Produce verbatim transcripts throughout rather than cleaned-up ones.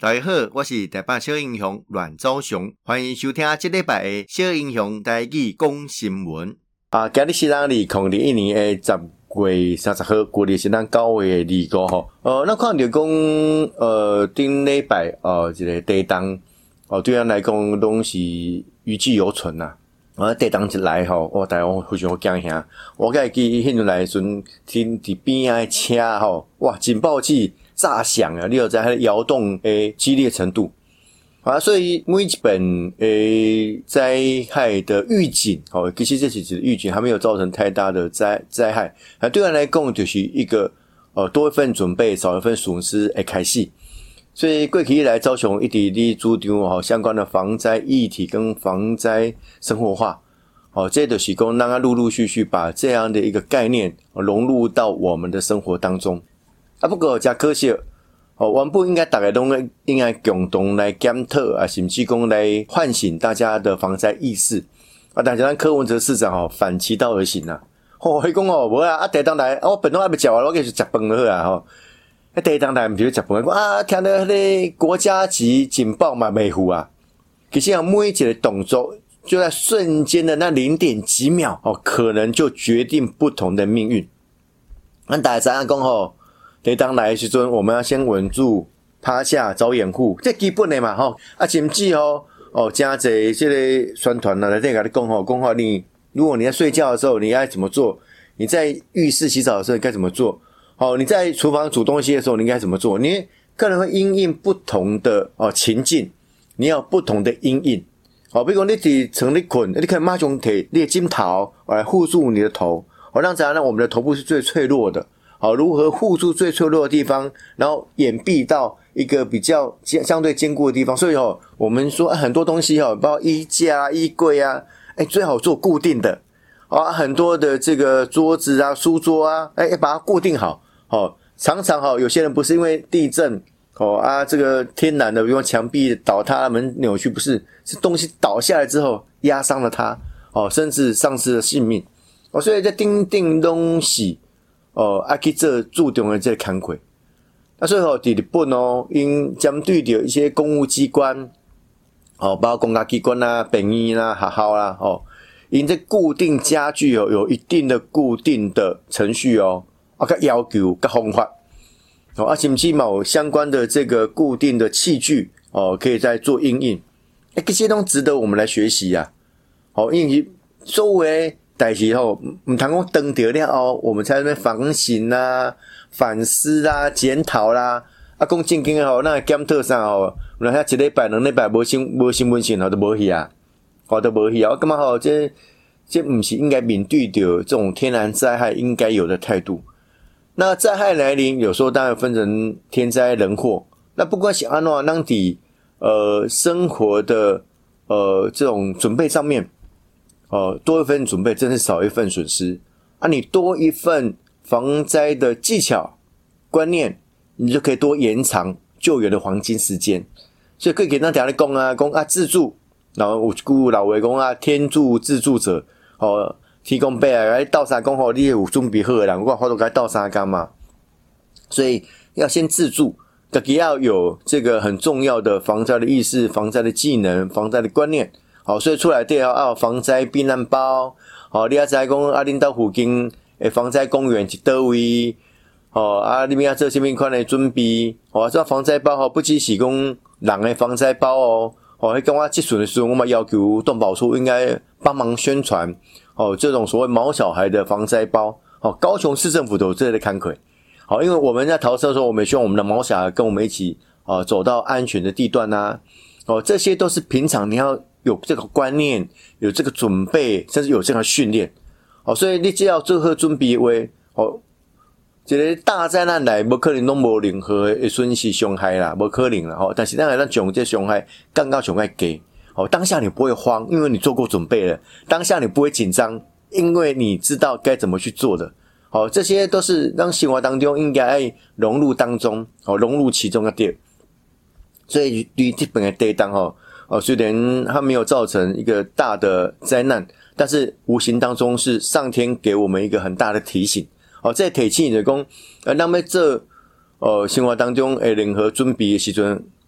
大家好，我是台北小英雄阮昭雄，欢迎收听这礼拜的小英雄台语讲新闻。啊，今日是咱二零二一年的十月三十号，国历是咱九月二五号。呃，咱看到讲，呃，顶礼拜呃，这个地动，哦、呃，对咱来讲拢是余悸犹存呐。啊，地动一来吼，我大家非常好惊吓。我会记迄阵来时阵，听伫边仔的车吼，哇，警报器炸响啊！你有在它的摇动诶激烈程度啊，所以每一本诶灾害的预警哦，其实这是指预警，还没有造成太大的灾灾害啊。对人来讲，就是一个呃多一份准备，少一份损失诶开始。所以过去以来，昭雄一直咧主张哦相关的防灾议题跟防灾生活化。哦，这就是讲让它陆陆续续把这样的一个概念融入到我们的生活当中。啊，不过真可惜，哦，原本应该大家都应该共同来检讨啊，甚至讲来唤醒大家的防灾意识啊。但是咱柯文哲市长哦，反其道而行啊。哦，伊讲哦，无啊，啊，地动来，啊，我本来还没食完，我继续食饭就好啊。吼，啊，地动来唔是食饭，讲啊，听到迄个国家级警报嘛，袂赴啊。其实啊，每一个动作就在瞬间的那零点几秒，哦，可能就决定不同的命运。咱大家知影讲吼。地动来的时阵，我们要先稳住，趴下找掩护，这基本的嘛吼。啊，甚至吼哦，真侪这个宣传啊，来这甲你讲吼，讲话你如果你在睡觉的时候，你该怎么做？你在浴室洗澡的时候该怎么做？哦，你在厨房煮东西的时候，你应该怎么做？你可能会因应不同的哦情境，你要有不同的因应。哦，比如说你伫床里困，你可以马上摕你的枕头来护住你的头，哦，让怎样让我们的头部是最脆弱的。好，如何护住最脆弱的地方，然后掩蔽到一个比较相对坚固的地方。所以哦，我们说、啊、很多东西哦，包括衣架啊、衣柜啊，哎，最好做固定的。啊，很多的这个桌子啊、书桌啊，哎，要把它固定好。哦，常常哦，有些人不是因为地震哦啊，这个天然的，比如墙壁倒塌、门扭曲，不是，是东西倒下来之后压伤了它，哦，甚至丧失了性命。哦，所以这钉钉东西。哦，啊去做注重的这个工作。那所以吼，伫日本哦，因针对着一些公务机关，哦，包括公家机关啦、病院啦、学校啦，哦，因这固定家具哦，有一定的固定的程序哦，啊个要求、个方法，哦，啊甚至某相关的这个固定的器具哦，可以再做因应，哎，这些都值得我们来学习啊。哦，因为周围。但是吼，唔通讲登掉了后，我们才在那边反省啦、反思啦、检讨啦。啊，讲正经的吼，那检讨啥吼，那遐一礼拜、两礼拜无新无新闻讯号都无去啊，吼都无去啊。我感觉吼，这这唔是应该面对着这种天然灾害应该有的态度。那灾害来临，有时候当然分成天灾人祸。那不管是安怎，咱伫呃生活的呃这种准备上面。哦，多一份准备，真是少一份损失啊！你多一份防灾的技巧、观念，你就可以多延长救援的黄金时间。所以可以给咱听咧讲啊，讲啊自助，然后有一句老话讲啊，天助自助者，哦，天公伯啊，来斗相共吼，你有准备好的人，我法度该斗相共嘛。所以要先自助，自己要有这个很重要的防灾的意识、防灾的技能、防灾的观念。好，所以出来对啊，防灾避难包，好，你也知讲啊，恁兜附近诶防灾公园是倒位，哦啊，你们要做什么款的准备？哦，这防灾包吼，不只是讲人的防灾包哦，哦，迄讲我即阵的时候，我们要求动保处应该帮忙宣传，哦，这种所谓毛小孩的防灾包，哦，高雄市政府都有这类的慷慨，好，因为我们在逃车的时候，我们也希望我们的毛小孩跟我们一起，哦，走到安全的地段呐、啊，哦，这些都是平常你要。有这个观念，有这个准备，甚至有这个训练，哦，所以你只要做好准备话，哦，一个大灾难来，无可能拢无任何的损失伤害啦，无可能啦，吼。但是当然，咱将这伤害降到上爱低，哦，当下你不会慌，因为你做过准备了；当下你不会紧张，因为你知道该怎么去做的。哦，这些都是让生活当中应该要融入当中，哦，融入其中一点。所以对这本的地动吼。哦，虽然它没有造成一个大的灾难，但是无形当中是上天给我们一个很大的提醒。哦，这提醒就讲，呃，咱要做呃生活当中诶任何准备的时阵，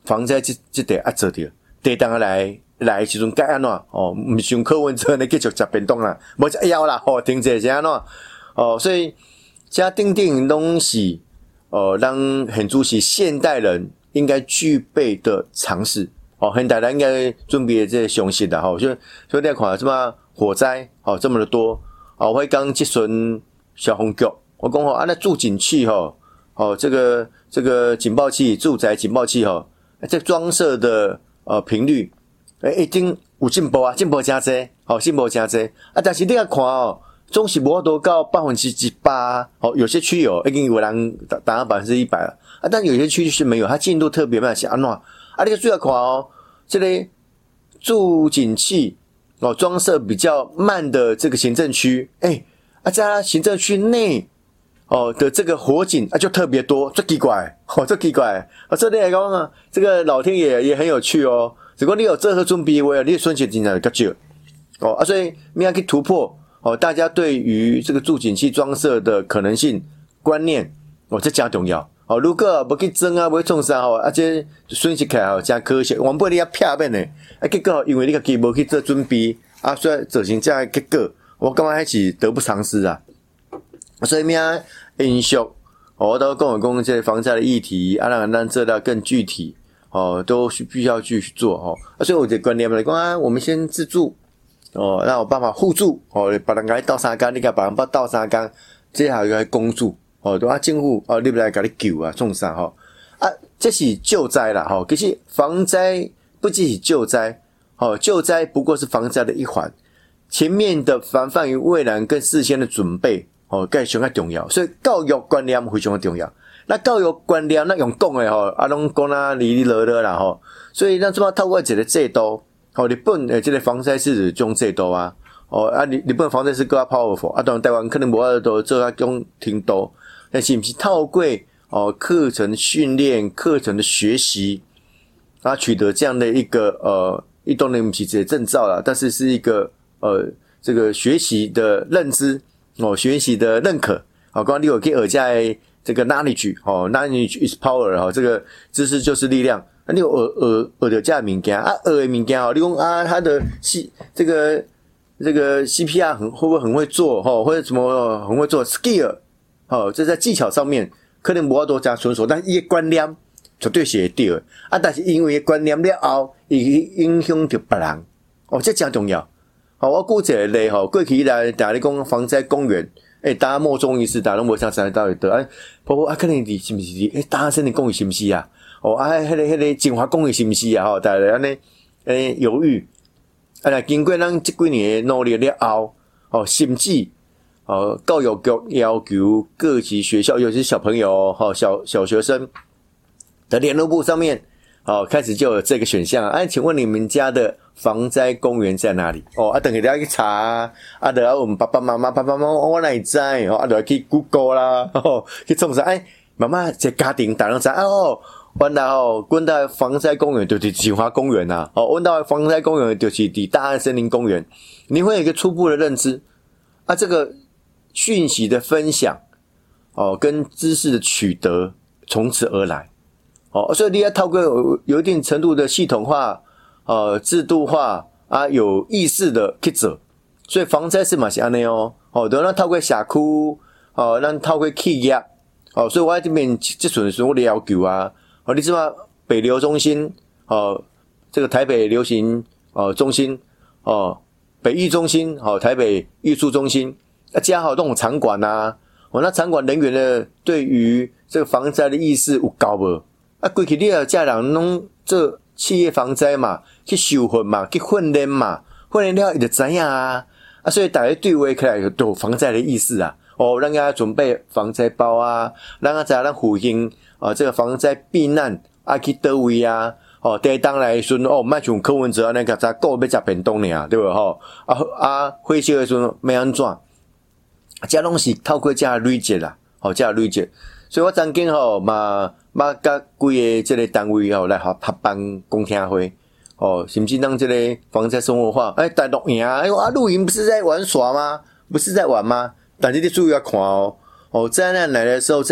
防灾这这得要做掉，地当来来的时阵该安怎哦？唔像柯文哲呢继续食便当啦，无食枵啦，吼、哦，停者是安怎哦？所以这定定东西，呃，让很主席现代人应该具备的常识哦，现代人应该准备这些详细的吼，所以所以你看什么火灾哦这么的多哦，我刚这阵消防局，我讲吼啊那助警器吼哦，这个这个警报器，住宅警报器吼，这装设的呃频率，诶、欸，已经有进步啊，进步真多，好、哦，进步真多啊，但是你要看哦。总是无多到百分之一百，哦，有些区有已经有人达到百分之一百了啊，但有些区是没有，它进度特别慢，是安怎？啊，你个主要看哦，这个助警器哦装设比较慢的这个行政区，哎、欸，啊，在行政区内哦的这个火警啊就特别多，这奇怪，哦，这奇怪，啊，这里来讲啊，这个老天爷也很有趣哦，如果你有这个准备，我你顺其自然较少，哦啊，所以你要去突破。哦，大家对于这个助警器装设的可能性观念，哦，这加重要。哦，如果不去争啊，不去创啥吼，啊，这损失起来吼，加科学，原本你要骗变的，啊，结果因为你个己无去做准备，啊，所以造成这样的结果，我感觉还是得不偿失啊。所以咩因素，哦，我都跟我讲这防灾的议题，啊，让让这到更具体，哦，都需必须要去做哦。啊，所以我的观念来讲啊，我们先自助。哦，让我办法互助哦，把人家倒三竿，你甲把人把倒三竿，这还要公助哦，都啊政府哦，你不来甲你救啊，创啥吼啊？这是救灾啦吼，其实防灾不只是救灾，哦，救灾不过是防灾的一环，前面的防范于未然跟事先的准备哦，更上较重要，所以教育观念非常的重要。那教育观念那用讲的吼，啊，拢讲啊，哩哩落落啦吼，所以咱怎么透过一个制度？哦，日本诶，这个防灾是种制度啊，哦啊，日日本防灾是更加 powerful， 啊，当然台湾可能无法度做啊种程度，但是不是透过哦课程训练、课程的学习，啊，取得这样的一个呃，一当然不是直接证照啦，但是是一个呃这个学习的认知哦，学习的认可，好，刚刚你有去耳在这个 knowledge 哦 ，knowledge is power 哦，这个知识就是力量。啊，你有学学学到这物件啊，学的物件哦，你讲啊，他的 C 这个这个 C P R 很会不会很会做吼，或者什么很会做 skill 哦，这在技巧上面可能无法多加纯熟，但是伊个观念绝对是会对的啊。但是因为观念了后，伊影响到别人哦，这真重要。好，我举一个例吼，过去以来，大家咧讲防灾公园，诶、欸，大家莫衷一是，大家拢无啥知到底得啊，包括啊，可能你是不是？诶、欸，大家身体公园是不是啊？哦，啊，迄、那个、迄个金华公园是不是啊？吼，大家安尼诶犹豫，啊，来经过咱这几年的努力了后，哦，甚至哦，教育局要求各级学校，尤其是小朋友哦，小小学生的联络簿上面，哦，开始就有这个选项。哎、啊，请问你们家的防灾公园在哪里？哦，啊，等下你要去查啊，啊，等下我们爸爸妈妈、爸爸妈妈我哪里在？哦，啊，等下去 Google 啦，哦，去创啥？哎，妈妈这家庭打人知哦。阮来哦，阮到防灾公园就是金华公园呐、啊，哦，阮到防灾公园就是伫大安森林公园，你会有一个初步的认知啊，这个讯息的分享哦，跟知识的取得从此而来哦，所以你要透过有有一定程度的系统化、呃制度化啊，有意识的去做，所以防灾是嘛是安尼哦，哦，等咱透过社区哦，咱透过企业哦，所以我在这边这阵时我的要求啊。哦，你知道北流中心哦，这个台北流行哦中心哦，北艺中心哦，台北艺术中心啊，加好这种场馆呐、啊，哦，那场馆人员的对于这个防灾的意识有高无？啊，过去你要叫人弄做企业防灾嘛，去受训嘛，去训练嘛，训练了伊就知影啊，啊，所以大家对话起来都有防灾的意识啊。哦，让大家准备防灾包啊，让大家咱附近啊，这个防灾避难啊去倒位啊，哦，第一当来时阵哦，莫像柯文哲安尼甲咱顾要食便当尔，对无吼？啊啊，火烧的时阵要安怎？这拢是透过这累积啦，哦，这累积，所以我曾经吼嘛，嘛甲几个这个单位吼来合合办公听会，哦，甚至让这个防灾生活化，哎，带录影啊，啊，露营不是在玩耍吗？不是在玩吗？但是你注意要看哦，哦，灾难来的时候，在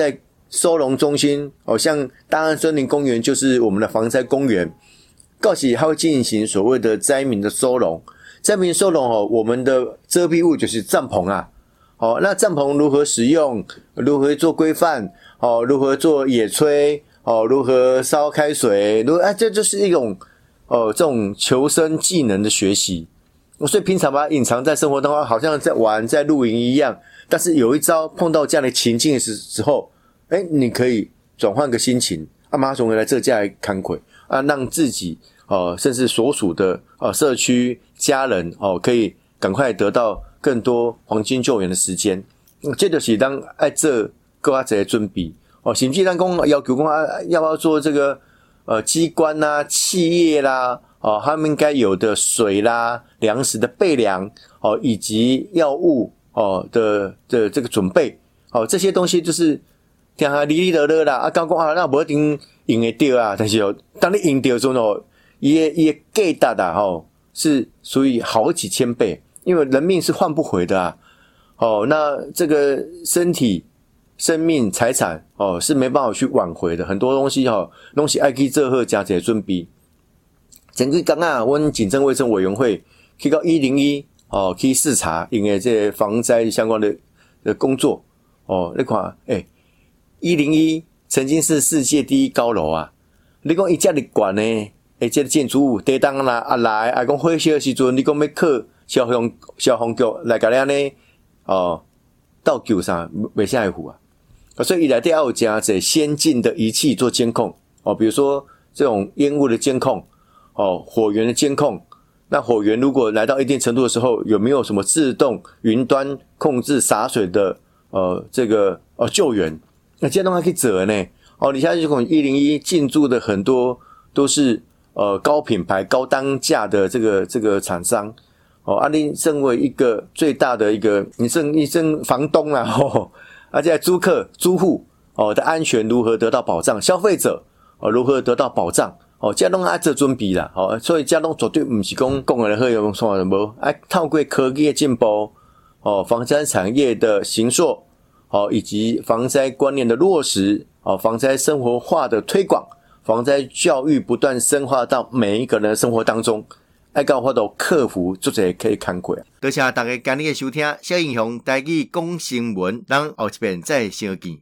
收容中心哦，像大安森林公园就是我们的防灾公园，到时它会进行所谓的灾民的收容。灾民收容哦，我们的遮蔽物就是帐篷啊。哦，那帐篷如何使用？如何做规范？哦，如何做野炊？哦，如何烧开水？如何啊，这就是一种哦这种求生技能的学习。所以平常把它隐藏在生活当中，好像在玩、在露营一样。但是有一招碰到这样的情境的时候，哎，你可以转换个心情，啊，马上回来这家来看鬼啊，让自己哦，甚至所属的哦社区家人哦，可以赶快得到更多黄金救援的时间。嗯，这就是当爱这各啊这些准备哦，甚至咱讲要求讲啊，要不要做这个呃机关啦、企业啦。哦，他们应该有的水啦、粮食的备粮哦，以及药物哦的的这个准备哦，这些东西就是听下哩哩落落啦。啊，刚讲啊，那不一定用得到啊，但是哦，当你用到的时候哦，伊的伊的价值啊，哦，是属于好几千倍，因为人命是换不回的啊。哦，那这个身体、生命、财产哦是没办法去挽回的，很多东西哦，东西爱去做好加这准备。前几天啊，我们警政卫生委员会去到一零一哦，去视察因为这些防灾相关的的工作哦。你看，诶，一零一曾经是世界第一高楼啊！你讲伊这么高呢？诶，这个建筑物地当啦啊来啊，讲火烧的时阵，你讲要靠消防消防局来甲你安尼哦倒救啥，袂啥会负啊！所以伊内底要有加这先进的仪器做监控哦，比如说这种烟雾的监控。哦，火源的监控，那火源如果来到一定程度的时候，有没有什么自动云端控制洒水的呃这个呃救援？那这些东西可以做呢。哦，你现在就讲一零一进驻的很多都是呃高品牌、高单价的这个这个厂商。哦，啊，你身为一个最大的一个，你身你身房东啦，哦，而且租客、租户哦的安全如何得到保障？消费者哦如何得到保障？哦，这拢爱做准备啦，哦，所以这拢绝对不是讲讲的好用算的无，爱透过科技的进步，哦，防灾产业的形塑，哦，以及防灾观念的落实，哦，防灾生活化的推广，防灾教育不断深化到每一个人的生活当中，爱到法度克服做者可以看过。多谢大家今日的收听，小英雄台语讲新闻，咱后一遍再相见。